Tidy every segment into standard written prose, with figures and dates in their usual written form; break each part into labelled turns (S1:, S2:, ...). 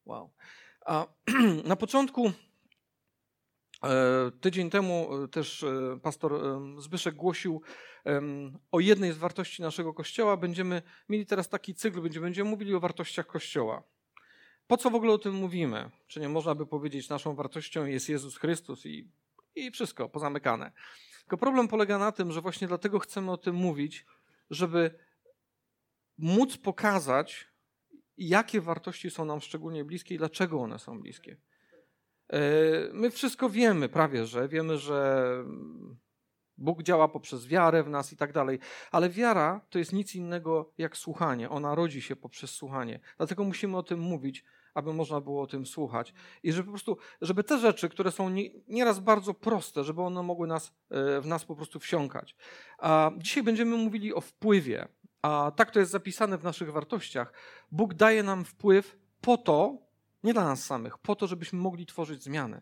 S1: Wow. A na początku, tydzień temu też pastor Zbyszek głosił o jednej z wartości naszego Kościoła. Będziemy mieli teraz taki cykl, będziemy mówili o wartościach Kościoła. Po co w ogóle o tym mówimy? Czy nie można by powiedzieć, naszą wartością jest Jezus Chrystus i wszystko, pozamykane. Tylko problem polega na tym, że właśnie dlatego chcemy o tym mówić, żeby móc pokazać, jakie wartości są nam szczególnie bliskie i dlaczego one są bliskie. My wszystko wiemy, prawie że. Wiemy, że Bóg działa poprzez wiarę w nas i tak dalej, ale wiara to jest nic innego jak słuchanie. Ona rodzi się poprzez słuchanie. Dlatego musimy o tym mówić, aby można było o tym słuchać. I żeby po prostu, żeby te rzeczy, które są nieraz bardzo proste, żeby one mogły w nas po prostu wsiąkać. A dzisiaj będziemy mówili o wpływie. A tak to jest zapisane w naszych wartościach. Bóg daje nam wpływ po to, nie dla nas samych, po to, żebyśmy mogli tworzyć zmiany.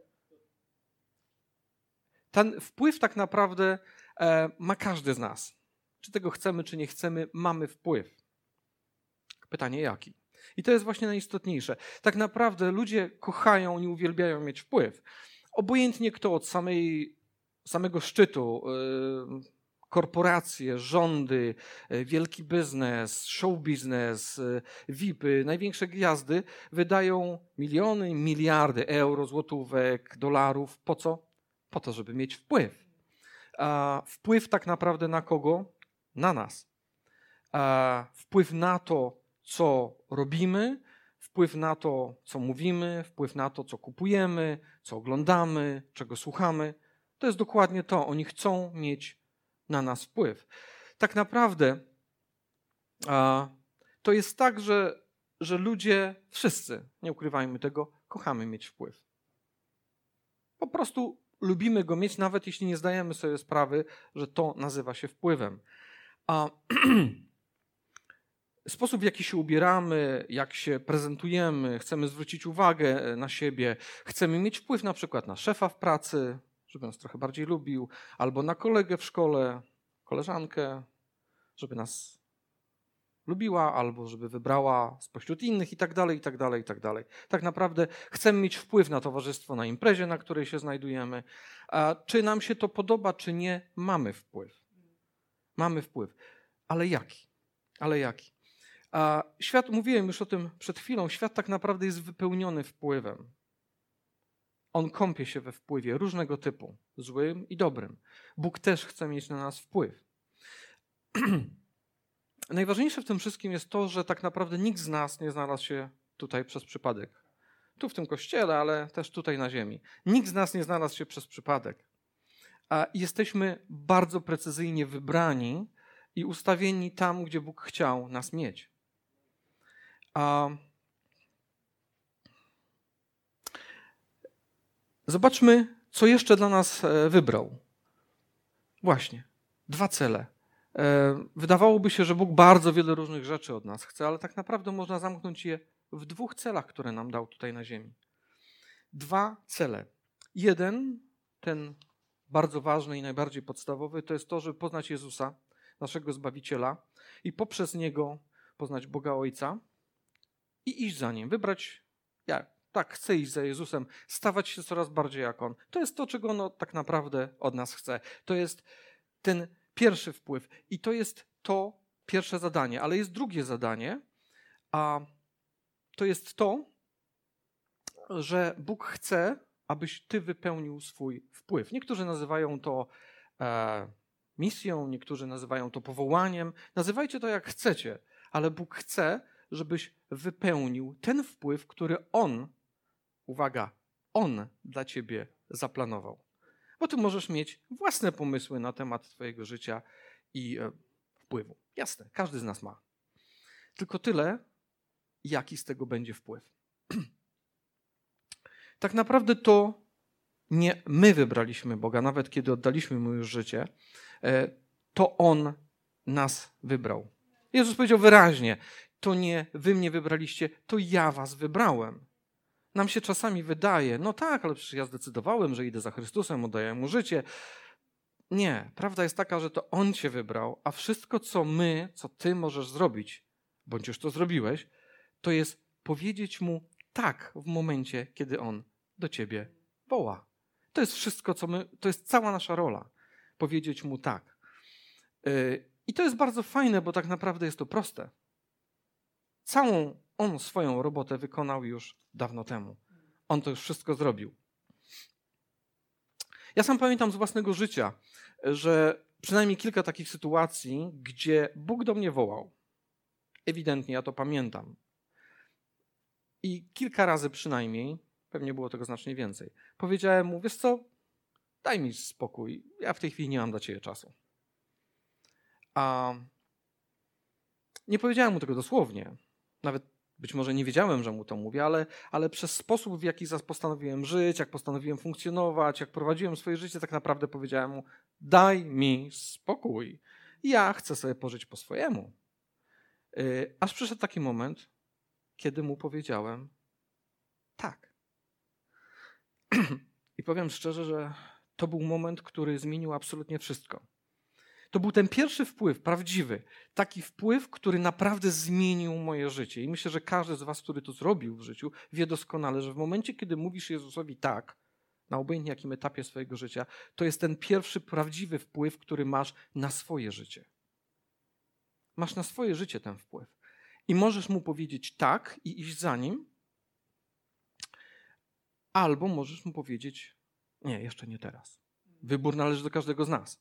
S1: Ten wpływ tak naprawdę ma każdy z nas. Czy tego chcemy, czy nie chcemy, mamy wpływ. Pytanie jaki? I to jest właśnie najistotniejsze. Tak naprawdę ludzie kochają i uwielbiają mieć wpływ. Obojętnie kto, od samego szczytu, korporacje, rządy, wielki biznes, show biznes, VIP-y, największe gwiazdy wydają miliony, miliardy euro, złotówek, dolarów. Po co? Po to, żeby mieć wpływ. A wpływ tak naprawdę na kogo? Na nas. Wpływ na to, co robimy, wpływ na to, co mówimy, wpływ na to, co kupujemy, co oglądamy, czego słuchamy. To jest dokładnie to. Oni chcą mieć na nas wpływ. Tak naprawdę to jest tak, że ludzie, wszyscy, nie ukrywajmy tego, kochamy mieć wpływ. Po prostu lubimy go mieć, nawet jeśli nie zdajemy sobie sprawy, że to nazywa się wpływem. A sposób, w jaki się ubieramy, jak się prezentujemy, chcemy zwrócić uwagę na siebie, chcemy mieć wpływ na przykład na szefa w pracy, żeby nas trochę bardziej lubił, albo na kolegę w szkole, koleżankę, żeby nas lubiła, albo żeby wybrała spośród innych i tak dalej, i tak dalej, i tak dalej. Tak naprawdę chcemy mieć wpływ na towarzystwo, na imprezie, na której się znajdujemy. A czy nam się to podoba, czy nie, mamy wpływ. Mamy wpływ. Ale jaki? Ale jaki? A świat, mówiłem już o tym przed chwilą, świat tak naprawdę jest wypełniony wpływem. On kąpie się we wpływie różnego typu, złym i dobrym. Bóg też chce mieć na nas wpływ. Najważniejsze w tym wszystkim jest to, że tak naprawdę nikt z nas nie znalazł się tutaj przez przypadek. Tu w tym kościele, ale też tutaj na ziemi. Nikt z nas nie znalazł się przez przypadek. A jesteśmy bardzo precyzyjnie wybrani i ustawieni tam, gdzie Bóg chciał nas mieć. Zobaczmy, co jeszcze dla nas wybrał. Właśnie, 2 cele. Wydawałoby się, że Bóg bardzo wiele różnych rzeczy od nas chce, ale tak naprawdę można zamknąć je w 2 celach, które nam dał tutaj na ziemi. 2 cele. Jeden, ten bardzo ważny i najbardziej podstawowy, to jest to, żeby poznać Jezusa, naszego Zbawiciela i poprzez Niego poznać Boga Ojca i iść za Nim, wybrać, tak, chcę iść za Jezusem, stawać się coraz bardziej jak On. To jest to, czego On tak naprawdę od nas chce. To jest ten pierwszy wpływ i to jest to pierwsze zadanie, ale jest drugie zadanie, a to jest to, że Bóg chce, abyś ty wypełnił swój wpływ. Niektórzy nazywają to misją, niektórzy nazywają to powołaniem. Nazywajcie to jak chcecie, ale Bóg chce, żebyś wypełnił ten wpływ, który On, uwaga, On dla ciebie zaplanował. Bo ty możesz mieć własne pomysły na temat twojego życia i wpływu. Jasne, każdy z nas ma. Tylko tyle, jaki z tego będzie wpływ. Tak naprawdę to nie my wybraliśmy Boga, nawet kiedy oddaliśmy Mu już życie, to On nas wybrał. Jezus powiedział wyraźnie, to nie wy mnie wybraliście, to ja was wybrałem. Nam się czasami wydaje, no tak, ale przecież ja zdecydowałem, że idę za Chrystusem, oddaję Mu życie. Nie, prawda jest taka, że to On cię wybrał, a wszystko, co ty możesz zrobić, bądź już to zrobiłeś, to jest powiedzieć Mu tak w momencie, kiedy On do ciebie woła. To jest wszystko, to jest cała nasza rola. Powiedzieć Mu tak. I to jest bardzo fajne, bo tak naprawdę jest to proste. Całą On swoją robotę wykonał już dawno temu. On to już wszystko zrobił. Ja sam pamiętam z własnego życia, że przynajmniej kilka takich sytuacji, gdzie Bóg do mnie wołał. Ewidentnie ja to pamiętam. I kilka razy przynajmniej, pewnie było tego znacznie więcej, powiedziałem Mu, wiesz co, daj mi spokój, ja w tej chwili nie mam dla ciebie czasu. A nie powiedziałem Mu tego dosłownie. Nawet być może nie wiedziałem, że Mu to mówię, ale przez sposób, w jaki postanowiłem żyć, jak postanowiłem funkcjonować, jak prowadziłem swoje życie, tak naprawdę powiedziałem Mu, daj mi spokój. Ja chcę sobie pożyć po swojemu. Aż przyszedł taki moment, kiedy Mu powiedziałem tak. I powiem szczerze, że to był moment, który zmienił absolutnie wszystko. To był ten pierwszy wpływ, prawdziwy, taki wpływ, który naprawdę zmienił moje życie. I myślę, że każdy z was, który to zrobił w życiu, wie doskonale, że w momencie, kiedy mówisz Jezusowi tak, na obojętnie jakim etapie swojego życia, to jest ten pierwszy prawdziwy wpływ, który masz na swoje życie. Masz na swoje życie ten wpływ. I możesz Mu powiedzieć tak i iść za Nim, albo możesz Mu powiedzieć nie, jeszcze nie teraz. Wybór należy do każdego z nas.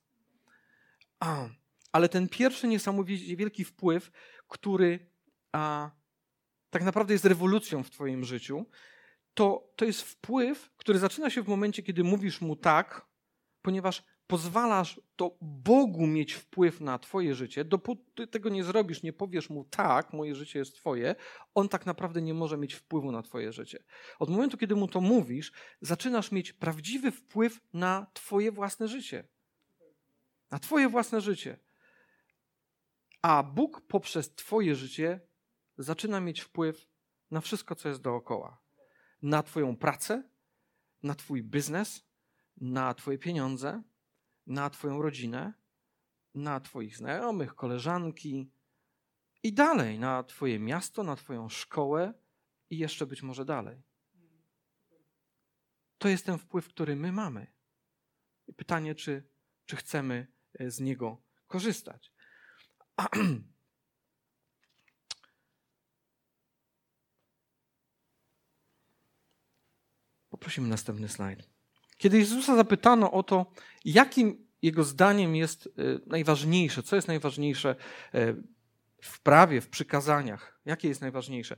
S1: Ale ten pierwszy niesamowicie wielki wpływ, który tak naprawdę jest rewolucją w twoim życiu, to jest wpływ, który zaczyna się w momencie, kiedy mówisz Mu tak, ponieważ pozwalasz to Bogu mieć wpływ na twoje życie. Dopóki ty tego nie zrobisz, nie powiesz Mu tak, moje życie jest twoje, On tak naprawdę nie może mieć wpływu na twoje życie. Od momentu, kiedy Mu to mówisz, zaczynasz mieć prawdziwy wpływ na twoje własne życie. Na twoje własne życie. A Bóg poprzez twoje życie zaczyna mieć wpływ na wszystko, co jest dookoła. Na twoją pracę, na twój biznes, na twoje pieniądze, na twoją rodzinę, na twoich znajomych, koleżanki i dalej, na twoje miasto, na twoją szkołę i jeszcze być może dalej. To jest ten wpływ, który my mamy. I pytanie, czy chcemy z niego korzystać. Poprosimy następny slajd. Kiedy Jezusa zapytano o to, jakim Jego zdaniem jest najważniejsze, co jest najważniejsze w prawie, w przykazaniach, jakie jest najważniejsze,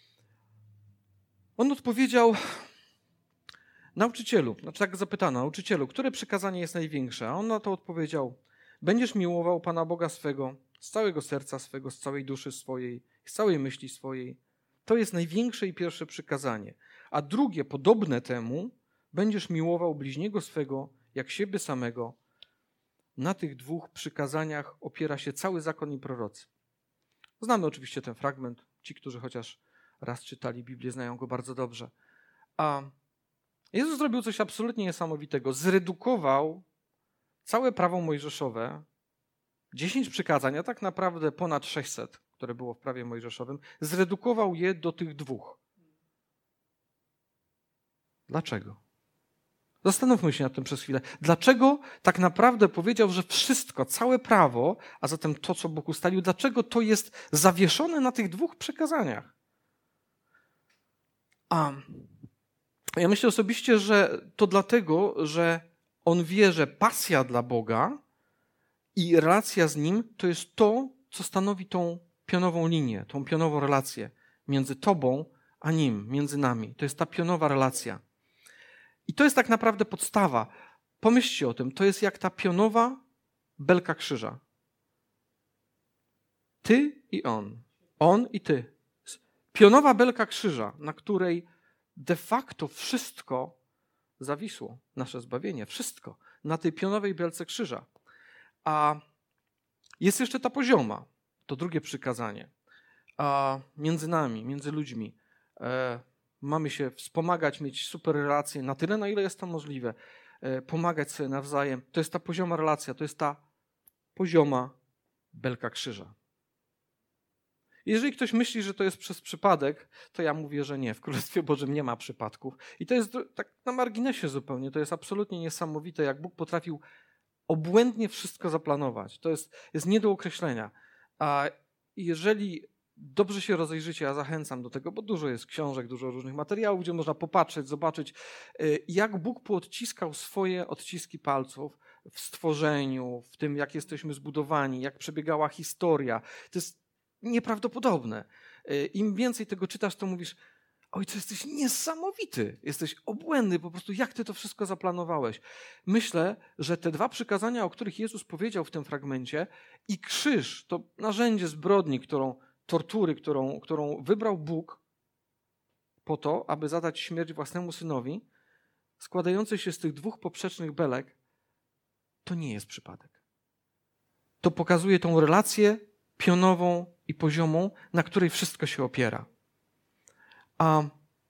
S1: On odpowiedział, nauczycielu, znaczy tak zapytano, nauczycielu, które przykazanie jest największe? A on na to odpowiedział, będziesz miłował Pana Boga swego z całego serca swego, z całej duszy swojej, z całej myśli swojej. To jest największe i pierwsze przykazanie. A drugie, podobne temu, będziesz miłował bliźniego swego jak siebie samego. Na tych dwóch przykazaniach opiera się cały zakon i prorocy. Znamy oczywiście ten fragment. Ci, którzy chociaż raz czytali Biblię, znają go bardzo dobrze. A Jezus zrobił coś absolutnie niesamowitego. Zredukował całe prawo mojżeszowe, 10 przykazań, a tak naprawdę ponad 600, które było w prawie mojżeszowym, zredukował je do tych dwóch. Dlaczego? Zastanówmy się nad tym przez chwilę. Dlaczego tak naprawdę powiedział, że wszystko, całe prawo, a zatem to, co Bóg ustalił, dlaczego to jest zawieszone na tych dwóch przykazaniach? Ja myślę osobiście, że to dlatego, że on wie, że pasja dla Boga i relacja z Nim to jest to, co stanowi tą pionową linię, tą pionową relację między Tobą a Nim, między nami. To jest ta pionowa relacja. I to jest tak naprawdę podstawa. Pomyślcie o tym, to jest jak ta pionowa belka krzyża. Ty i on i ty. Pionowa belka krzyża, na której de facto wszystko zawisło, nasze zbawienie, wszystko na tej pionowej belce krzyża. A jest jeszcze ta pozioma, to drugie przykazanie. A między nami, między ludźmi mamy się wspomagać, mieć super relacje na tyle, na ile jest to możliwe, pomagać sobie nawzajem. To jest ta pozioma relacja, to jest ta pozioma belka krzyża. Jeżeli ktoś myśli, że to jest przez przypadek, to ja mówię, że nie. W Królestwie Bożym nie ma przypadków. I to jest tak na marginesie zupełnie. To jest absolutnie niesamowite, jak Bóg potrafił obłędnie wszystko zaplanować. To jest nie do określenia. A jeżeli dobrze się rozejrzycie, ja zachęcam do tego, bo dużo jest książek, dużo różnych materiałów, gdzie można popatrzeć, zobaczyć, jak Bóg poodciskał swoje odciski palców w stworzeniu, w tym, jak jesteśmy zbudowani, jak przebiegała historia. To jest nieprawdopodobne. Im więcej tego czytasz, to mówisz, Ojcze, jesteś niesamowity, jesteś obłędny, po prostu jak ty to wszystko zaplanowałeś. Myślę, że te 2 przykazania, o których Jezus powiedział w tym fragmencie, i krzyż, to narzędzie zbrodni, tortury, którą wybrał Bóg po to, aby zadać śmierć własnemu synowi, składający się z tych 2 poprzecznych belek, to nie jest przypadek. To pokazuje tą relację pionową i poziomą, na której wszystko się opiera. A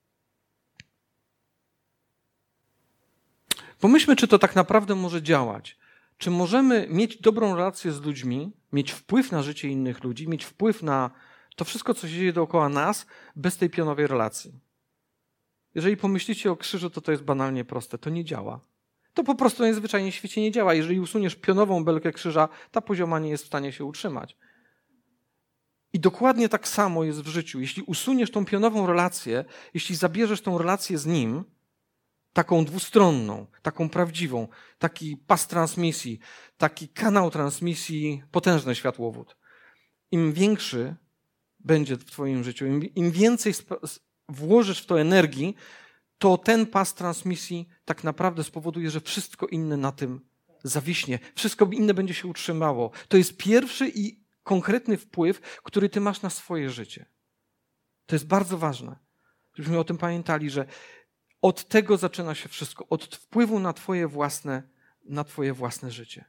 S1: pomyślmy, czy to tak naprawdę może działać. Czy możemy mieć dobrą relację z ludźmi, mieć wpływ na życie innych ludzi, mieć wpływ na to wszystko, co się dzieje dookoła nas, bez tej pionowej relacji? Jeżeli pomyślicie o krzyżu, to jest banalnie proste. To nie działa. To po prostu najzwyczajniej w świecie nie działa. Jeżeli usuniesz pionową belkę krzyża, ta pozioma nie jest w stanie się utrzymać. I dokładnie tak samo jest w życiu. Jeśli usuniesz tą pionową relację, jeśli zabierzesz tą relację z Nim, taką dwustronną, taką prawdziwą, taki pas transmisji, taki kanał transmisji, potężny światłowód. Im większy będzie w twoim życiu, im więcej włożysz w to energii, to ten pas transmisji tak naprawdę spowoduje, że wszystko inne na tym zawiśnie. Wszystko inne będzie się utrzymało. To jest pierwszy i konkretny wpływ, który ty masz na swoje życie. To jest bardzo ważne, żebyśmy o tym pamiętali, że od tego zaczyna się wszystko, od wpływu na twoje własne życie.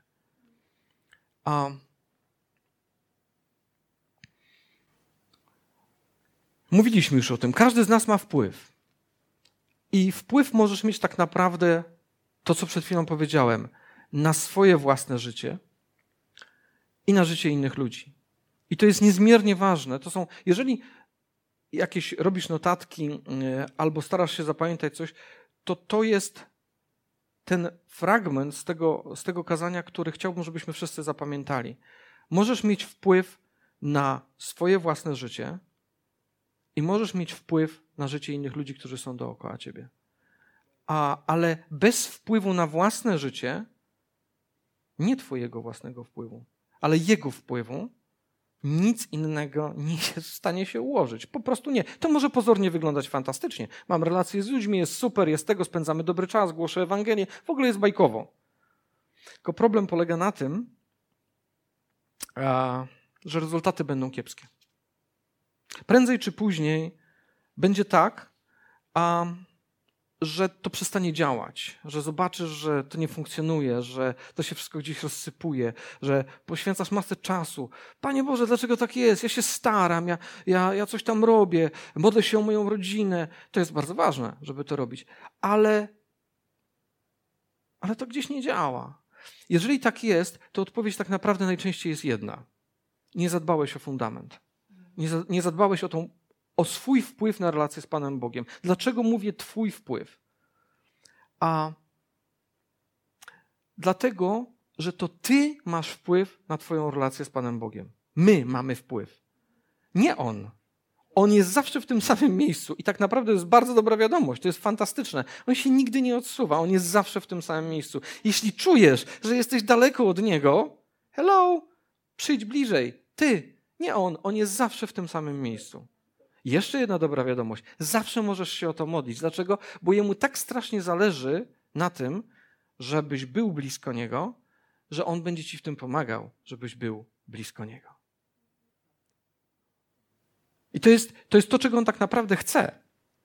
S1: Mówiliśmy już o tym, każdy z nas ma wpływ. I wpływ możesz mieć tak naprawdę, to co przed chwilą powiedziałem, na swoje własne życie i na życie innych ludzi. I to jest niezmiernie ważne. Jeżeli jakieś robisz notatki albo starasz się zapamiętać coś, to jest ten fragment z tego kazania, który chciałbym, żebyśmy wszyscy zapamiętali. Możesz mieć wpływ na swoje własne życie i możesz mieć wpływ na życie innych ludzi, którzy są dookoła ciebie. Ale bez wpływu na własne życie, nie twojego własnego wpływu, ale jego wpływu, nic innego nie jest w stanie się ułożyć. Po prostu nie. To może pozornie wyglądać fantastycznie. Mam relacje z ludźmi, jest super, jest tego, spędzamy dobry czas, głoszę Ewangelię, w ogóle jest bajkowo. Tylko problem polega na tym, że rezultaty będą kiepskie. Prędzej czy później będzie tak, że to przestanie działać, że zobaczysz, że to nie funkcjonuje, że to się wszystko gdzieś rozsypuje, że poświęcasz masę czasu. Panie Boże, dlaczego tak jest? Ja się staram, ja coś tam robię, modlę się o moją rodzinę. To jest bardzo ważne, żeby to robić. Ale to gdzieś nie działa. Jeżeli tak jest, to odpowiedź tak naprawdę najczęściej jest jedna. Nie zadbałeś o fundament. Nie zadbałeś o swój wpływ na relację z Panem Bogiem. Dlaczego mówię twój wpływ? Dlatego, że to ty masz wpływ na twoją relację z Panem Bogiem. My mamy wpływ. Nie On. On jest zawsze w tym samym miejscu i tak naprawdę to jest bardzo dobra wiadomość, to jest fantastyczne. On się nigdy nie odsuwa, On jest zawsze w tym samym miejscu. Jeśli czujesz, że jesteś daleko od Niego, hello, przyjdź bliżej. Ty, nie On. On jest zawsze w tym samym miejscu. Jeszcze jedna dobra wiadomość. Zawsze możesz się o to modlić. Dlaczego? Bo Jemu tak strasznie zależy na tym, żebyś był blisko Niego, że On będzie ci w tym pomagał, żebyś był blisko Niego. I to jest to, czego On tak naprawdę chce.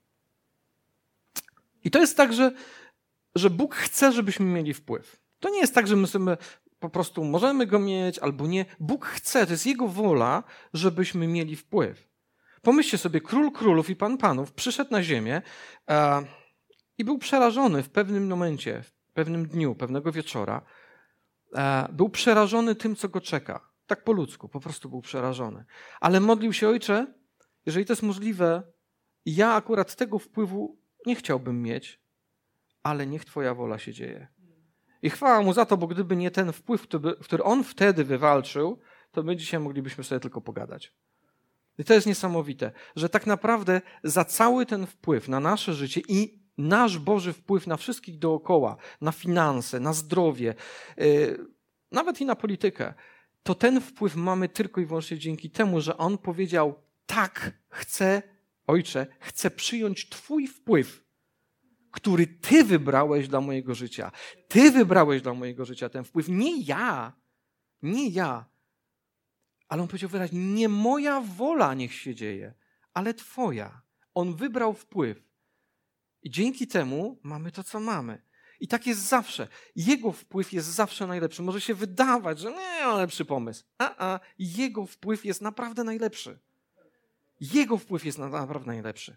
S1: I to jest tak, że Bóg chce, żebyśmy mieli wpływ. To nie jest tak, że my sobie po prostu możemy go mieć albo nie. Bóg chce, to jest Jego wola, żebyśmy mieli wpływ. Pomyślcie sobie, Król Królów i Pan Panów przyszedł na ziemię i był przerażony w pewnym momencie, w pewnym dniu, pewnego wieczora. Był przerażony tym, co go czeka. Tak po ludzku, po prostu był przerażony. Ale modlił się: Ojcze, jeżeli to jest możliwe, ja akurat tego wpływu nie chciałbym mieć, ale niech Twoja wola się dzieje. I chwała Mu za to, bo gdyby nie ten wpływ, który On wtedy wywalczył, to my dzisiaj moglibyśmy sobie tylko pogadać. I to jest niesamowite, że tak naprawdę za cały ten wpływ na nasze życie i nasz Boży wpływ na wszystkich dookoła, na finanse, na zdrowie, nawet i na politykę, to ten wpływ mamy tylko i wyłącznie dzięki temu, że On powiedział: tak, chcę, Ojcze, chcę przyjąć Twój wpływ, który Ty wybrałeś dla mojego życia. Ty wybrałeś dla mojego życia ten wpływ, nie ja. Nie ja. Ale on powiedział wyraźnie: nie moja wola niech się dzieje, ale Twoja. On wybrał wpływ. I dzięki temu mamy to, co mamy. I tak jest zawsze. Jego wpływ jest zawsze najlepszy. Może się wydawać, że nie ma lepszy pomysł. Jego wpływ jest naprawdę najlepszy. Jego wpływ jest naprawdę najlepszy.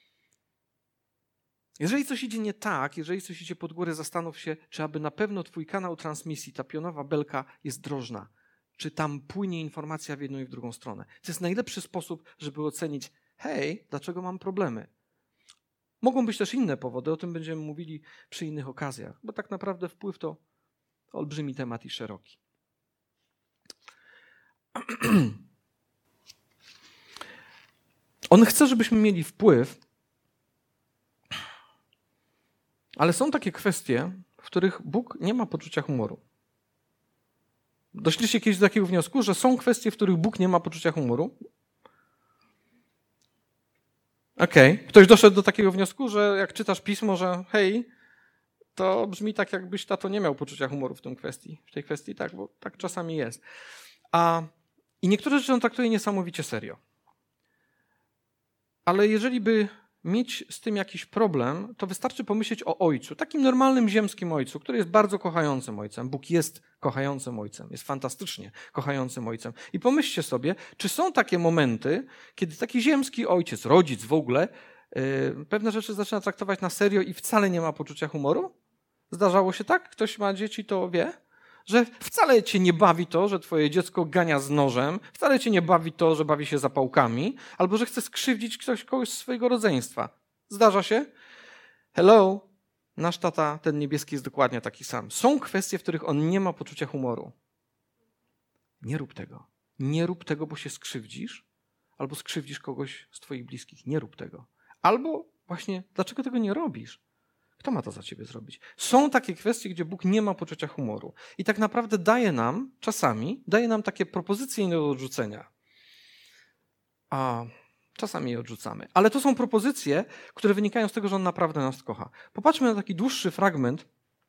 S1: Jeżeli coś idzie nie tak, jeżeli coś idzie pod górę, zastanów się, czy aby na pewno Twój kanał transmisji, ta pionowa belka jest drożna. Czy tam płynie informacja w jedną i w drugą stronę. To jest najlepszy sposób, żeby ocenić: hej, dlaczego mam problemy? Mogą być też inne powody, o tym będziemy mówili przy innych okazjach, bo tak naprawdę wpływ to olbrzymi temat i szeroki. On chce, żebyśmy mieli wpływ, ale są takie kwestie, w których Bóg nie ma poczucia humoru. Doszliście kiedyś do takiego wniosku, że są kwestie, w których Bóg nie ma poczucia humoru? Okej. Ktoś doszedł do takiego wniosku, że jak czytasz pismo, że hej, to brzmi tak, jakbyś tato nie miał poczucia humoru w tej kwestii, tak, bo tak czasami jest. I niektóre rzeczy on traktuje niesamowicie serio. Ale jeżeli by mieć z tym jakiś problem, to wystarczy pomyśleć o ojcu, takim normalnym ziemskim ojcu, który jest bardzo kochającym ojcem. Bóg jest kochającym ojcem, jest fantastycznie kochającym ojcem. I pomyślcie sobie, czy są takie momenty, kiedy taki ziemski ojciec, rodzic w ogóle, pewne rzeczy zaczyna traktować na serio i wcale nie ma poczucia humoru? Zdarzało się tak? Ktoś ma dzieci, to wie? Że wcale cię nie bawi to, że twoje dziecko gania z nożem, wcale cię nie bawi to, że bawi się zapałkami, albo że chce skrzywdzić kogoś z swojego rodzeństwa. Zdarza się? Hello? Nasz tata, ten niebieski, jest dokładnie taki sam. Są kwestie, w których on nie ma poczucia humoru. Nie rób tego. Nie rób tego, bo się skrzywdzisz, albo skrzywdzisz kogoś z twoich bliskich. Nie rób tego. Albo właśnie, dlaczego tego nie robisz? Kto ma to za ciebie zrobić? Są takie kwestie, gdzie Bóg nie ma poczucia humoru. I tak naprawdę czasami daje nam takie propozycje nie do odrzucenia. A czasami je odrzucamy. Ale to są propozycje, które wynikają z tego, że On naprawdę nas kocha. Popatrzmy na taki dłuższy fragment,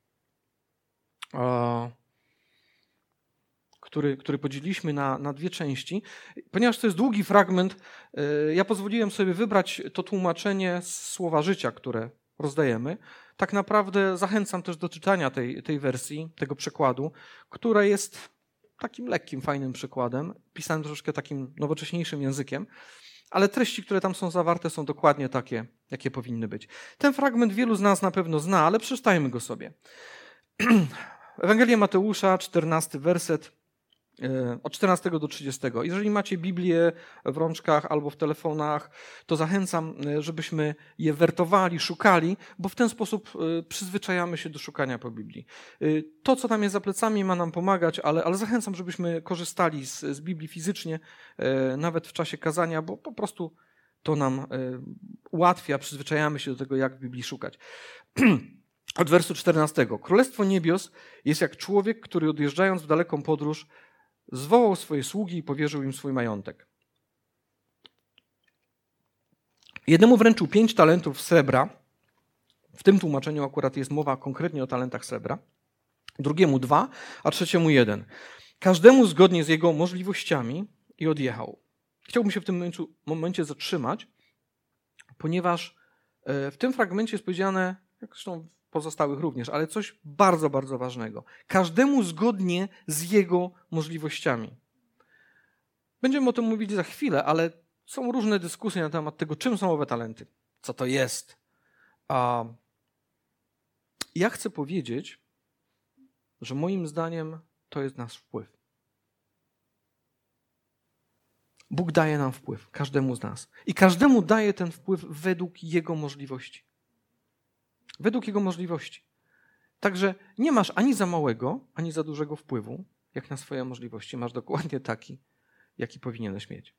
S1: który podzieliliśmy na dwie części. Ponieważ to jest długi fragment, ja pozwoliłem sobie wybrać to tłumaczenie z Słowa Życia, które rozdajemy. Tak naprawdę zachęcam też do czytania tej wersji, tego przekładu, która jest takim lekkim, fajnym przykładem, pisanym troszeczkę takim nowocześniejszym językiem, ale treści, które tam są zawarte, są dokładnie takie, jakie powinny być. Ten fragment wielu z nas na pewno zna, ale przeczytajmy go sobie. Ewangelia Mateusza, 14 werset, od 14 do 30. Jeżeli macie Biblię w rączkach albo w telefonach, to zachęcam, żebyśmy je wertowali, szukali, bo w ten sposób przyzwyczajamy się do szukania po Biblii. To, co tam jest za plecami, ma nam pomagać, ale zachęcam, żebyśmy korzystali z Biblii fizycznie, nawet w czasie kazania, bo po prostu to nam ułatwia, przyzwyczajamy się do tego, jak w Biblii szukać. Od wersu 14. Królestwo niebios jest jak człowiek, który odjeżdżając w daleką podróż zwołał swoje sługi i powierzył im swój majątek. Jednemu wręczył 5 talentów srebra. W tym tłumaczeniu akurat jest mowa konkretnie o talentach srebra. Drugiemu 2, a trzeciemu 1. Każdemu zgodnie z jego możliwościami i odjechał. Chciałbym się w tym momencie zatrzymać, ponieważ w tym fragmencie jest powiedziane, jak zresztą w pozostałych również, ale coś bardzo, bardzo ważnego. Każdemu zgodnie z jego możliwościami. Będziemy o tym mówili za chwilę, ale są różne dyskusje na temat tego, czym są owe talenty, co to jest. Ja chcę powiedzieć, że moim zdaniem to jest nasz wpływ. Bóg daje nam wpływ, każdemu z nas. I każdemu daje ten wpływ według Jego możliwości. Według Jego możliwości. Także nie masz ani za małego, ani za dużego wpływu, jak na swoje możliwości. Masz dokładnie taki, jaki powinieneś mieć.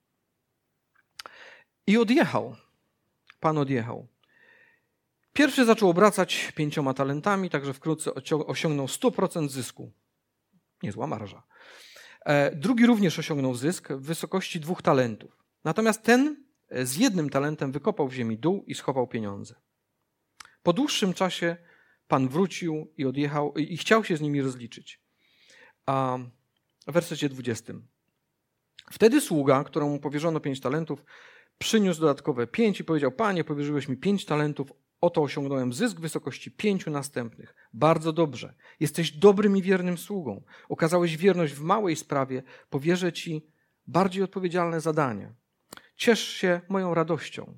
S1: I odjechał. Pan odjechał. Pierwszy zaczął obracać 5 talentami, także wkrótce osiągnął 100% zysku. Niezła marża. Drugi również osiągnął zysk w wysokości 2 talentów. Natomiast ten z 1 talentem wykopał w ziemi dół i schował pieniądze. Po dłuższym czasie Pan wrócił i odjechał i chciał się z nimi rozliczyć. W wersecie 20. Wtedy sługa, któremu powierzono 5 talentów, przyniósł dodatkowe 5 i powiedział: Panie, powierzyłeś mi 5 talentów, oto osiągnąłem zysk w wysokości 5 następnych. Bardzo dobrze. Jesteś dobrym i wiernym sługą. Okazałeś wierność w małej sprawie, powierzę ci bardziej odpowiedzialne zadanie. Ciesz się moją radością.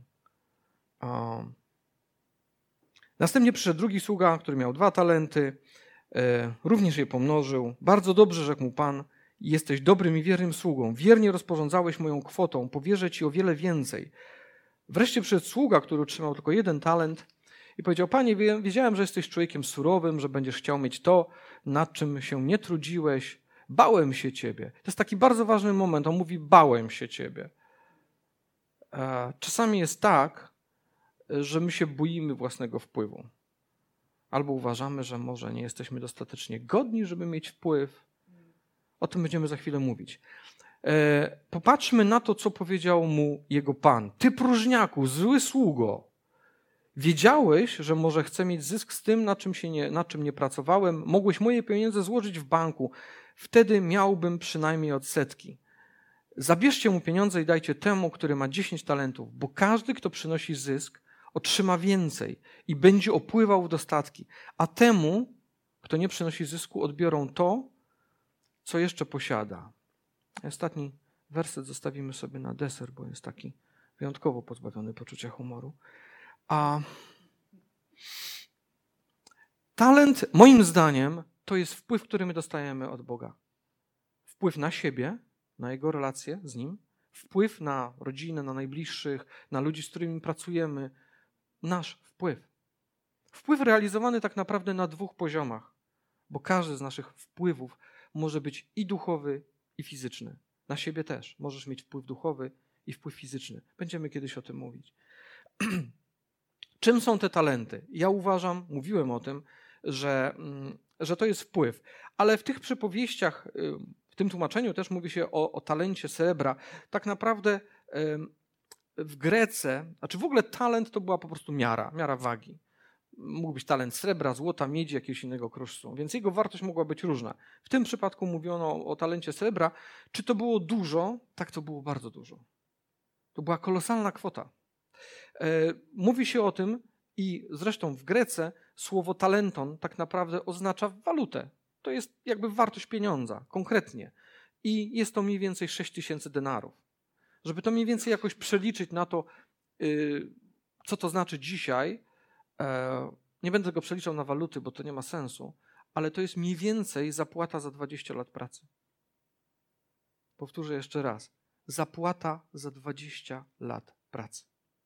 S1: Następnie przyszedł drugi sługa, który miał 2 talenty, również je pomnożył. Bardzo dobrze, rzekł mu Pan, jesteś dobrym i wiernym sługą. Wiernie rozporządzałeś moją kwotą, powierzę ci o wiele więcej. Wreszcie przyszedł sługa, który otrzymał tylko 1 talent i powiedział: Panie, wiedziałem, że jesteś człowiekiem surowym, że będziesz chciał mieć to, nad czym się nie trudziłeś. Bałem się ciebie. To jest taki bardzo ważny moment. On mówi: bałem się ciebie. Czasami jest tak, że my się boimy własnego wpływu. Albo uważamy, że może nie jesteśmy dostatecznie godni, żeby mieć wpływ. O tym będziemy za chwilę mówić. Popatrzmy na to, co powiedział mu jego Pan. Ty próżniaku, zły sługo, wiedziałeś, że może chcę mieć zysk z tym, nad czym nie pracowałem. Mogłeś moje pieniądze złożyć w banku. Wtedy miałbym przynajmniej odsetki. Zabierzcie mu pieniądze i dajcie temu, który ma 10 talentów, bo każdy, kto przynosi zysk, otrzyma więcej i będzie opływał w dostatki. A temu, kto nie przynosi zysku, odbiorą to, co jeszcze posiada. Ostatni werset zostawimy sobie na deser, bo jest taki wyjątkowo pozbawiony poczucia humoru. A talent, moim zdaniem, to jest wpływ, który my dostajemy od Boga. Wpływ na siebie, na Jego relacje z Nim, wpływ na rodzinę, na najbliższych, na ludzi, z którymi pracujemy. Nasz wpływ. Wpływ realizowany tak naprawdę na 2 poziomach, bo każdy z naszych wpływów może być i duchowy, i fizyczny. Na siebie też. Możesz mieć wpływ duchowy i wpływ fizyczny. Będziemy kiedyś o tym mówić. Czym są te talenty? Ja uważam, mówiłem o tym, że to jest wpływ. Ale w tych przypowieściach, w tym tłumaczeniu też mówi się o talencie srebra. Tak naprawdę w Grece, znaczy w ogóle talent to była po prostu miara wagi. Mógł być talent srebra, złota, miedzi, jakiegoś innego kruszcu, więc jego wartość mogła być różna. W tym przypadku mówiono o talencie srebra. Czy to było dużo? Tak, to było bardzo dużo. To była kolosalna kwota. Mówi się o tym i zresztą w Grece słowo talenton tak naprawdę oznacza walutę. To jest jakby wartość pieniądza, konkretnie. I jest to mniej więcej 6000 denarów. Żeby to mniej więcej jakoś przeliczyć na to, co to znaczy dzisiaj, nie będę tego przeliczał na waluty, bo to nie ma sensu, ale to jest mniej więcej zapłata za 20 lat pracy. Powtórzę jeszcze raz. Zapłata za 20 lat pracy.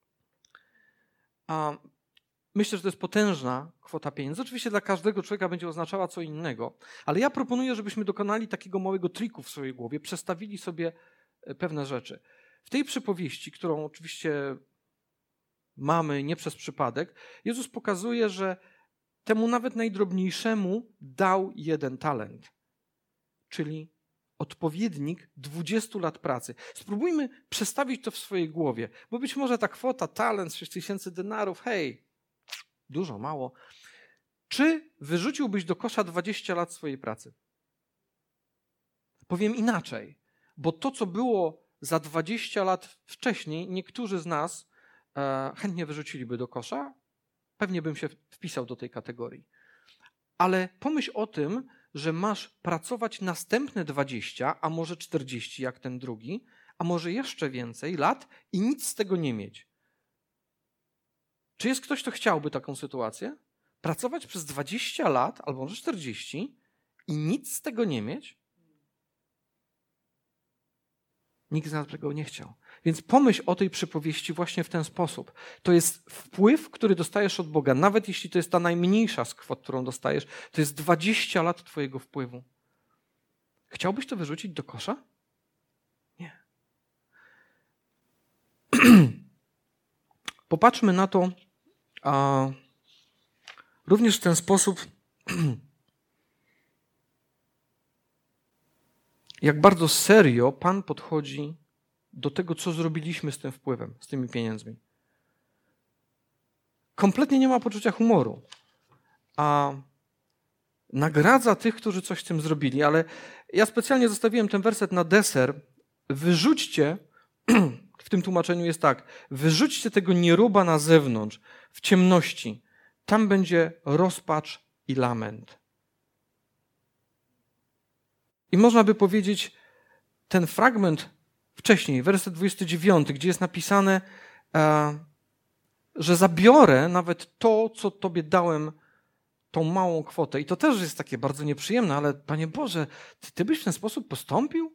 S1: A myślę, że to jest potężna kwota pieniędzy. Oczywiście dla każdego człowieka będzie oznaczała co innego, ale ja proponuję, żebyśmy dokonali takiego małego triku w swojej głowie, przestawili sobie pewne rzeczy. W tej przypowieści, którą oczywiście mamy nie przez przypadek, Jezus pokazuje, że temu nawet najdrobniejszemu dał 1 talent, czyli odpowiednik 20 lat pracy. Spróbujmy przestawić to w swojej głowie, bo być może ta kwota, talent, 6000 denarów, hej, dużo, mało. Czy wyrzuciłbyś do kosza 20 lat swojej pracy? Powiem inaczej, bo to, co było za 20 lat wcześniej, niektórzy z nas chętnie wyrzuciliby do kosza. Pewnie bym się wpisał do tej kategorii. Ale pomyśl o tym, że masz pracować następne 20, a może 40 jak ten drugi, a może jeszcze więcej lat i nic z tego nie mieć. Czy jest ktoś, kto chciałby taką sytuację? Pracować przez 20 lat, albo może 40 i nic z tego nie mieć? Nikt z nas by go nie chciał. Więc pomyśl o tej przypowieści właśnie w ten sposób. To jest wpływ, który dostajesz od Boga. Nawet jeśli to jest ta najmniejsza z kwot, którą dostajesz, to jest 20 lat twojego wpływu. Chciałbyś to wyrzucić do kosza? Nie. Popatrzmy na to również w ten sposób, jak bardzo serio Pan podchodzi do tego, co zrobiliśmy z tym wpływem, z tymi pieniędzmi. Kompletnie nie ma poczucia humoru, a nagradza tych, którzy coś z tym zrobili. Ale ja specjalnie zostawiłem ten werset na deser. Wyrzućcie, w tym tłumaczeniu jest tak, wyrzućcie tego nieroba na zewnątrz, w ciemności. Tam będzie rozpacz i lament. I można by powiedzieć, ten fragment wcześniej, werset 29, gdzie jest napisane, że zabiorę nawet to, co Tobie dałem, tą małą kwotę. I to też jest takie bardzo nieprzyjemne, ale Panie Boże, Ty byś w ten sposób postąpił?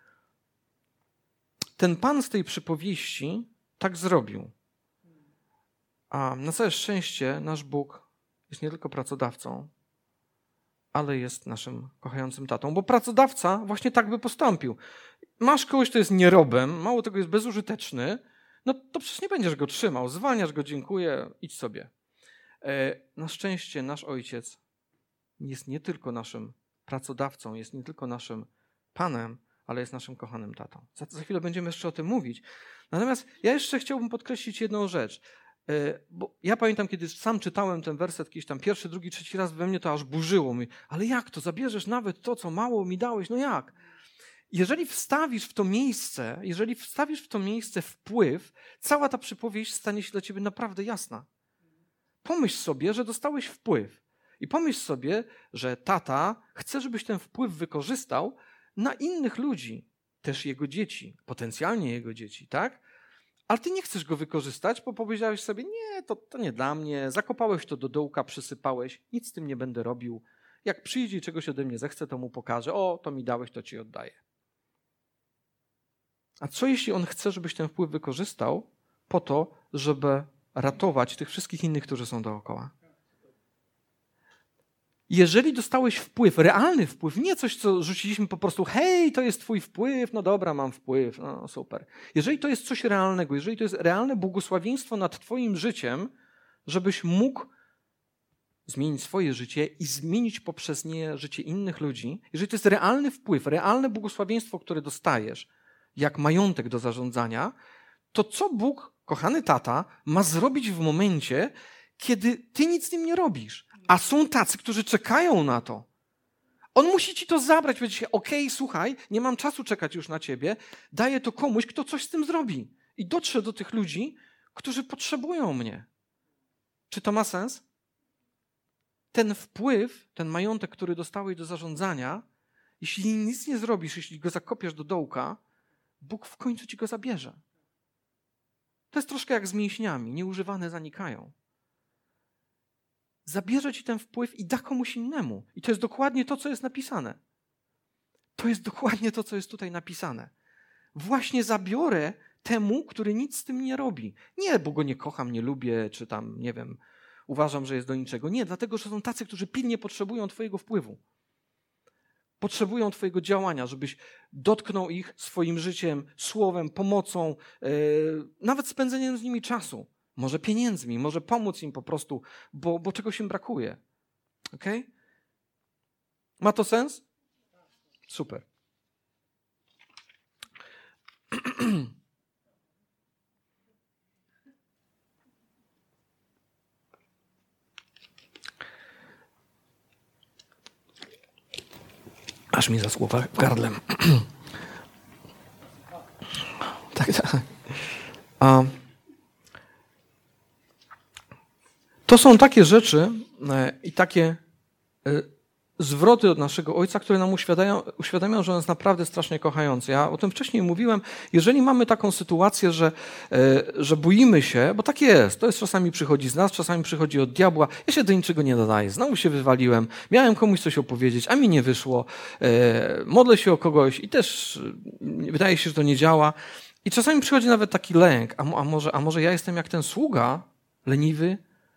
S1: Ten Pan z tej przypowieści tak zrobił. A na całe szczęście nasz Bóg jest nie tylko pracodawcą, ale jest naszym kochającym tatą, bo pracodawca właśnie tak by postąpił. Masz kogoś, kto jest nierobem, mało tego jest bezużyteczny, no to przecież nie będziesz go trzymał, zwalniasz go, dziękuję, idź sobie. Na szczęście nasz Ojciec jest nie tylko naszym pracodawcą, jest nie tylko naszym Panem, ale jest naszym kochanym tatą. Za chwilę będziemy jeszcze o tym mówić. Natomiast ja jeszcze chciałbym podkreślić jedną rzecz. Bo ja pamiętam, kiedy sam czytałem ten werset jakiś tam pierwszy, drugi, trzeci raz, we mnie to aż burzyło. Ale jak to? Zabierzesz nawet to, co mało mi dałeś? No jak? Jeżeli wstawisz w to miejsce wpływ, cała ta przypowieść stanie się dla ciebie naprawdę jasna. Pomyśl sobie, że dostałeś wpływ. I pomyśl sobie, że tata chce, żebyś ten wpływ wykorzystał na innych ludzi, też jego dzieci, potencjalnie jego dzieci, tak? Ale ty nie chcesz go wykorzystać, bo powiedziałeś sobie, nie, to nie dla mnie, zakopałeś to do dołka, przysypałeś, nic z tym nie będę robił. Jak przyjdzie i czegoś ode mnie zechce, to mu pokażę, o, to mi dałeś, to ci oddaję. A co jeśli on chce, żebyś ten wpływ wykorzystał po to, żeby ratować tych wszystkich innych, którzy są dookoła? Jeżeli dostałeś wpływ, realny wpływ, nie coś, co rzuciliśmy po prostu, hej, to jest twój wpływ, no dobra, mam wpływ, no super. Jeżeli to jest coś realnego, jeżeli to jest realne błogosławieństwo nad twoim życiem, żebyś mógł zmienić swoje życie i zmienić poprzez nie życie innych ludzi, jeżeli to jest realny wpływ, realne błogosławieństwo, które dostajesz, jak majątek do zarządzania, to co Bóg, kochany tata, ma zrobić w momencie, kiedy ty nic z tym nie robisz? A są tacy, którzy czekają na to. On musi ci to zabrać, powiedzieć, okej, słuchaj, nie mam czasu czekać już na ciebie, daję to komuś, kto coś z tym zrobi. I dotrze do tych ludzi, którzy potrzebują mnie. Czy to ma sens? Ten wpływ, ten majątek, który dostałeś do zarządzania, jeśli nic nie zrobisz, jeśli go zakopiesz do dołka, Bóg w końcu ci go zabierze. To jest troszkę jak z mięśniami, nieużywane zanikają. Zabierze ci ten wpływ i da komuś innemu. I to jest dokładnie to, co jest napisane. To jest dokładnie to, co jest tutaj napisane. Właśnie zabiorę temu, który nic z tym nie robi. Nie, bo go nie kocham, nie lubię, czy tam, nie wiem, uważam, że jest do niczego. Nie, dlatego, że są tacy, którzy pilnie potrzebują twojego wpływu. Potrzebują twojego działania, żebyś dotknął ich swoim życiem, słowem, pomocą, nawet spędzeniem z nimi czasu. Może pieniędzmi, może pomóc im po prostu, bo czegoś im brakuje. Okej? Ma to sens? Super. Aż mi zasłowa gardłem. Tak. To są takie rzeczy i takie zwroty od naszego Ojca, które nam uświadamiają, że On jest naprawdę strasznie kochający. Ja o tym wcześniej mówiłem. Jeżeli mamy taką sytuację, że boimy się, bo tak jest, to jest czasami przychodzi z nas, czasami przychodzi od diabła, ja się do niczego nie nadaję, znowu się wywaliłem, miałem komuś coś opowiedzieć, a mi nie wyszło, modlę się o kogoś i też wydaje się, że to nie działa. I czasami przychodzi nawet taki lęk, a może ja jestem jak ten sługa, leniwy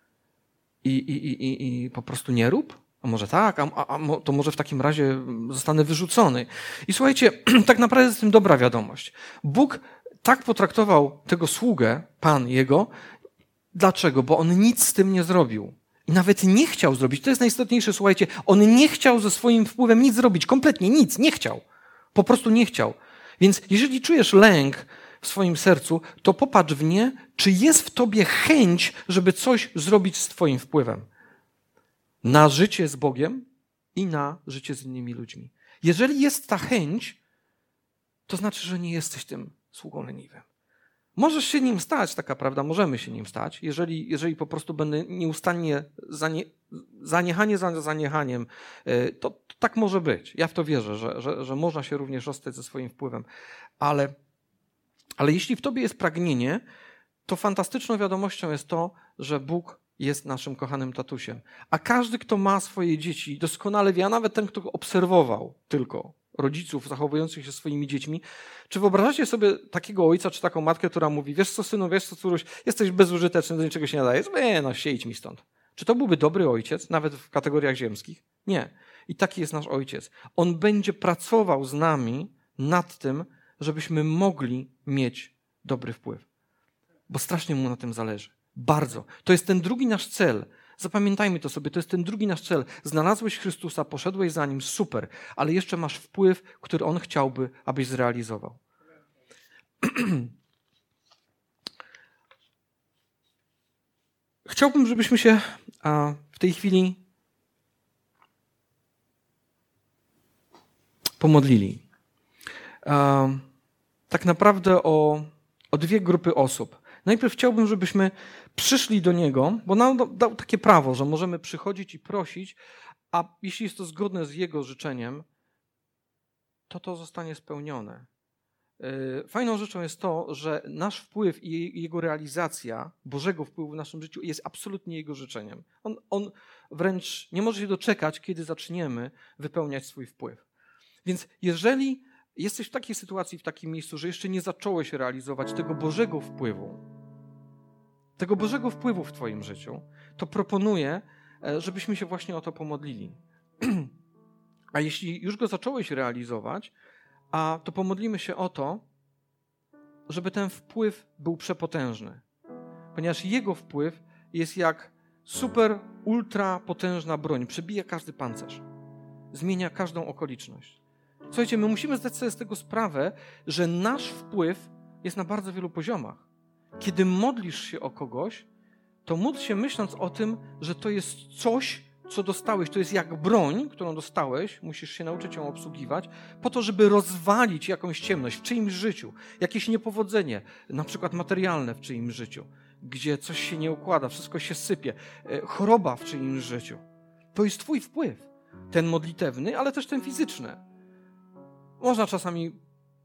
S1: i po prostu nie rób? A może tak, to może w takim razie zostanę wyrzucony. I słuchajcie, tak naprawdę jest w tym dobra wiadomość. Bóg tak potraktował tego sługę, Pan jego. Dlaczego? Bo on nic z tym nie zrobił. I nawet nie chciał zrobić. To jest najistotniejsze, słuchajcie. On nie chciał ze swoim wpływem nic zrobić. Kompletnie nic. Nie chciał. Po prostu nie chciał. Więc jeżeli czujesz lęk w swoim sercu, to popatrz w nie, czy jest w tobie chęć, żeby coś zrobić z twoim wpływem. Na życie z Bogiem i na życie z innymi ludźmi. Jeżeli jest ta chęć, to znaczy, że nie jesteś tym sługą leniwym. Możesz się nim stać, taka prawda, możemy się nim stać, jeżeli po prostu będę nieustannie zaniechanie za zaniechaniem, to tak może być. Ja w to wierzę, że można się również rozstać ze swoim wpływem. Ale jeśli w tobie jest pragnienie, to fantastyczną wiadomością jest to, że Bóg jest naszym kochanym tatusiem. A każdy, kto ma swoje dzieci, doskonale wie, a nawet ten, kto obserwował tylko rodziców zachowujących się swoimi dziećmi, czy wyobrażacie sobie takiego ojca czy taką matkę, która mówi, wiesz co synu, wiesz co córuś, jesteś bezużyteczny, do niczego się nie nadajesz, siedź mi stąd. Czy to byłby dobry ojciec, nawet w kategoriach ziemskich? Nie. I taki jest nasz ojciec. On będzie pracował z nami nad tym, żebyśmy mogli mieć dobry wpływ. Bo strasznie mu na tym zależy. Bardzo. To jest ten drugi nasz cel. Zapamiętajmy to sobie, to jest ten drugi nasz cel. Znalazłeś Chrystusa, poszedłeś za Nim, super, ale jeszcze masz wpływ, który On chciałby, abyś zrealizował. Chciałbym, żebyśmy się w tej chwili pomodlili. Tak naprawdę o dwie grupy osób. Najpierw chciałbym, żebyśmy przyszli do Niego, bo nam dał takie prawo, że możemy przychodzić i prosić, a jeśli jest to zgodne z Jego życzeniem, to zostanie spełnione. Fajną rzeczą jest to, że nasz wpływ i Jego realizacja, Bożego wpływu w naszym życiu jest absolutnie Jego życzeniem. On wręcz nie może się doczekać, kiedy zaczniemy wypełniać swój wpływ. Więc jeżeli jesteś w takiej sytuacji, w takim miejscu, że jeszcze nie zacząłeś realizować tego Bożego wpływu w twoim życiu, to proponuję, żebyśmy się właśnie o to pomodlili. A jeśli już go zacząłeś realizować, to pomodlimy się o to, żeby ten wpływ był przepotężny. Ponieważ jego wpływ jest jak super, ultra potężna broń. Przebija każdy pancerz. Zmienia każdą okoliczność. Słuchajcie, my musimy zdać sobie z tego sprawę, że nasz wpływ jest na bardzo wielu poziomach. Kiedy modlisz się o kogoś, to módl się myśląc o tym, że to jest coś, co dostałeś. To jest jak broń, którą dostałeś, musisz się nauczyć ją obsługiwać, po to, żeby rozwalić jakąś ciemność w czyimś życiu, jakieś niepowodzenie, na przykład materialne w czyimś życiu, gdzie coś się nie układa, wszystko się sypie, choroba w czyimś życiu. To jest twój wpływ. Ten modlitewny, ale też ten fizyczny. Można czasami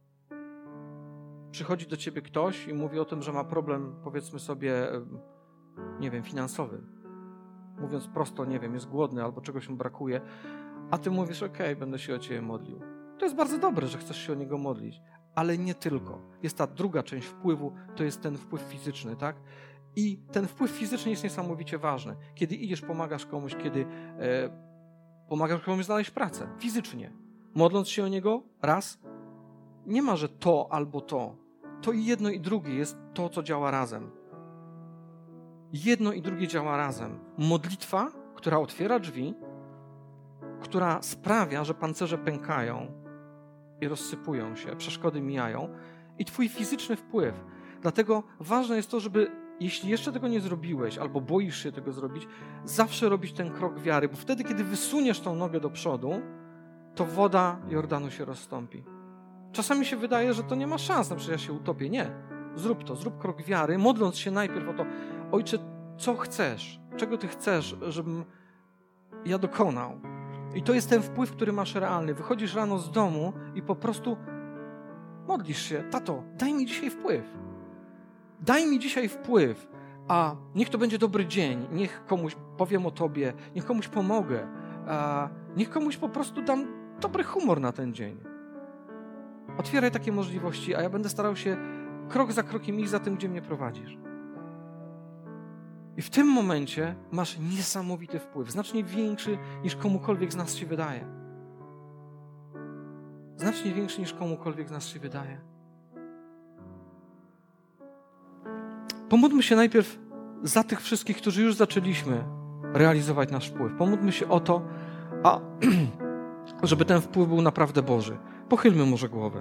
S1: przychodzi do ciebie ktoś i mówi o tym, że ma problem, powiedzmy sobie, nie wiem, finansowy. Mówiąc prosto, nie wiem, jest głodny albo czegoś mu brakuje, a ty mówisz, okej, będę się o ciebie modlił. To jest bardzo dobre, że chcesz się o niego modlić, ale nie tylko. Jest ta druga część wpływu, to jest ten wpływ fizyczny, tak? I ten wpływ fizyczny jest niesamowicie ważny. Kiedy idziesz, pomagasz komuś, kiedy pomagasz komuś znaleźć pracę, fizycznie. Modląc się o niego, raz, nie ma, że to albo to. To i jedno i drugie jest to, co działa razem. Jedno i drugie działa razem. Modlitwa, która otwiera drzwi, która sprawia, że pancerze pękają i rozsypują się, przeszkody mijają i twój fizyczny wpływ. Dlatego ważne jest to, żeby jeśli jeszcze tego nie zrobiłeś albo boisz się tego zrobić, zawsze robić ten krok wiary, bo wtedy, kiedy wysuniesz tą nogę do przodu, to woda Jordanu się rozstąpi. Czasami się wydaje, że to nie ma szans, na przykład ja się utopię. Nie. Zrób to, zrób krok wiary, modląc się najpierw o to, Ojcze, co chcesz? Czego Ty chcesz, żebym ja dokonał? I to jest ten wpływ, który masz realny. Wychodzisz rano z domu i po prostu modlisz się. Tato, daj mi dzisiaj wpływ. Daj mi dzisiaj wpływ. A niech to będzie dobry dzień. Niech komuś powiem o Tobie. Niech komuś pomogę. Niech komuś po prostu dam dobry humor na ten dzień. Otwieraj takie możliwości, a ja będę starał się krok za krokiem iść za tym, gdzie mnie prowadzisz. I w tym momencie masz niesamowity wpływ, znacznie większy niż komukolwiek z nas się wydaje. Znacznie większy niż komukolwiek z nas się wydaje. Pomódlmy się najpierw za tych wszystkich, którzy już zaczęliśmy realizować nasz wpływ. Pomódlmy się o to, żeby ten wpływ był naprawdę Boży. Pochylmy może głowę.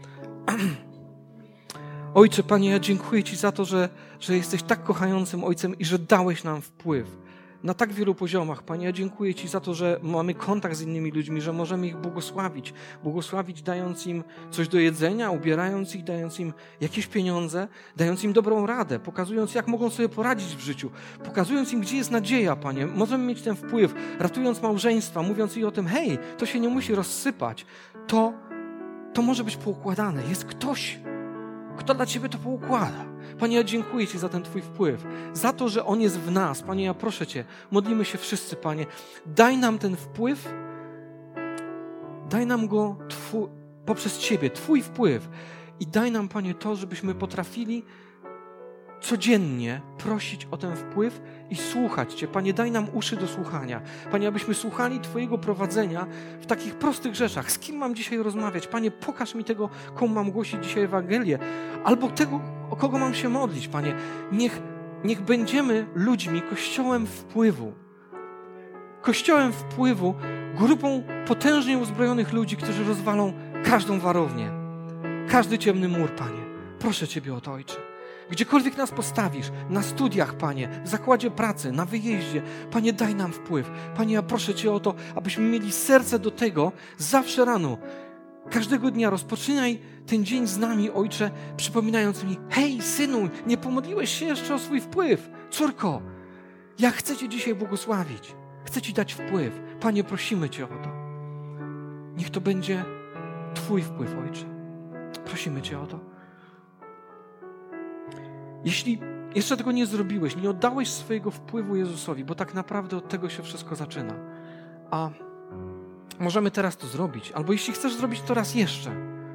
S1: Ojcze, Panie, ja dziękuję Ci za to, że jesteś tak kochającym Ojcem i że dałeś nam wpływ na tak wielu poziomach. Panie, ja dziękuję Ci za to, że mamy kontakt z innymi ludźmi, że możemy ich błogosławić. Błogosławić, dając im coś do jedzenia, ubierając ich, dając im jakieś pieniądze, dając im dobrą radę, pokazując, jak mogą sobie poradzić w życiu, pokazując im, gdzie jest nadzieja, Panie. Możemy mieć ten wpływ, ratując małżeństwa, mówiąc im o tym, hej, to się nie musi rozsypać. To może być poukładane. Jest ktoś, kto dla Ciebie to poukłada. Panie, ja dziękuję Ci za ten Twój wpływ, za to, że On jest w nas. Panie, ja proszę Cię, modlimy się wszyscy, Panie. Daj nam ten wpływ, daj nam go poprzez Ciebie, Twój wpływ. I daj nam, Panie, to, żebyśmy potrafili codziennie prosić o ten wpływ i słuchać Cię. Panie, daj nam uszy do słuchania. Panie, abyśmy słuchali Twojego prowadzenia w takich prostych rzeczach. Z kim mam dzisiaj rozmawiać? Panie, pokaż mi tego, komu mam głosić dzisiaj Ewangelię. Albo tego, o kogo mam się modlić. Panie, niech będziemy ludźmi, kościołem wpływu. Kościołem wpływu, grupą potężnie uzbrojonych ludzi, którzy rozwalą każdą warownię. Każdy ciemny mur, Panie. Proszę Ciebie o to, Ojcze. Gdziekolwiek nas postawisz, na studiach, Panie, w zakładzie pracy, na wyjeździe, Panie, daj nam wpływ. Panie, ja proszę Cię o to, abyśmy mieli serce do tego zawsze rano. Każdego dnia rozpoczynaj ten dzień z nami, Ojcze, przypominając mi, hej, synu, nie pomodliłeś się jeszcze o swój wpływ. Córko, ja chcę Cię dzisiaj błogosławić. Chcę Ci dać wpływ. Panie, prosimy Cię o to. Niech to będzie Twój wpływ, Ojcze. Prosimy Cię o to. Jeśli jeszcze tego nie zrobiłeś, nie oddałeś swojego wpływu Jezusowi, bo tak naprawdę od tego się wszystko zaczyna, a możemy teraz to zrobić, albo jeśli chcesz zrobić to raz jeszcze,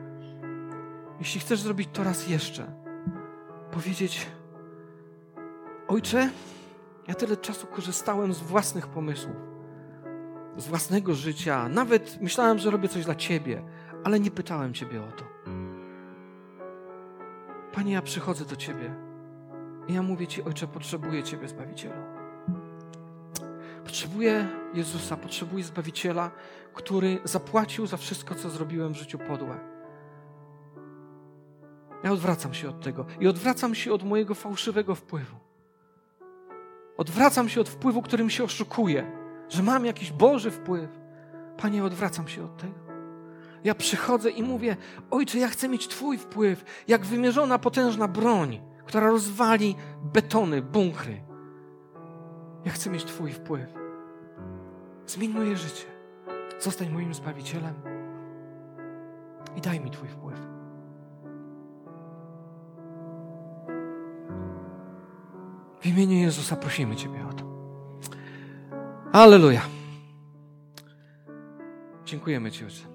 S1: powiedzieć, Ojcze, ja tyle czasu korzystałem z własnych pomysłów, z własnego życia, nawet myślałem, że robię coś dla Ciebie, ale nie pytałem Ciebie o to. Panie, ja przychodzę do Ciebie i ja mówię Ci, Ojcze, potrzebuję Ciebie, Zbawicielu. Potrzebuję Jezusa, potrzebuję Zbawiciela, który zapłacił za wszystko, co zrobiłem w życiu podłe. Ja odwracam się od tego i odwracam się od mojego fałszywego wpływu. Odwracam się od wpływu, którym się oszukuję, że mam jakiś Boży wpływ. Panie, odwracam się od tego. Ja przychodzę i mówię, Ojcze, ja chcę mieć Twój wpływ, jak wymierzona potężna broń, która rozwali betony, bunkry. Ja chcę mieć Twój wpływ. Zmień moje życie. Zostań moim Zbawicielem i daj mi Twój wpływ. W imieniu Jezusa prosimy Ciebie o to. Alleluja. Dziękujemy Ci, Ojcze.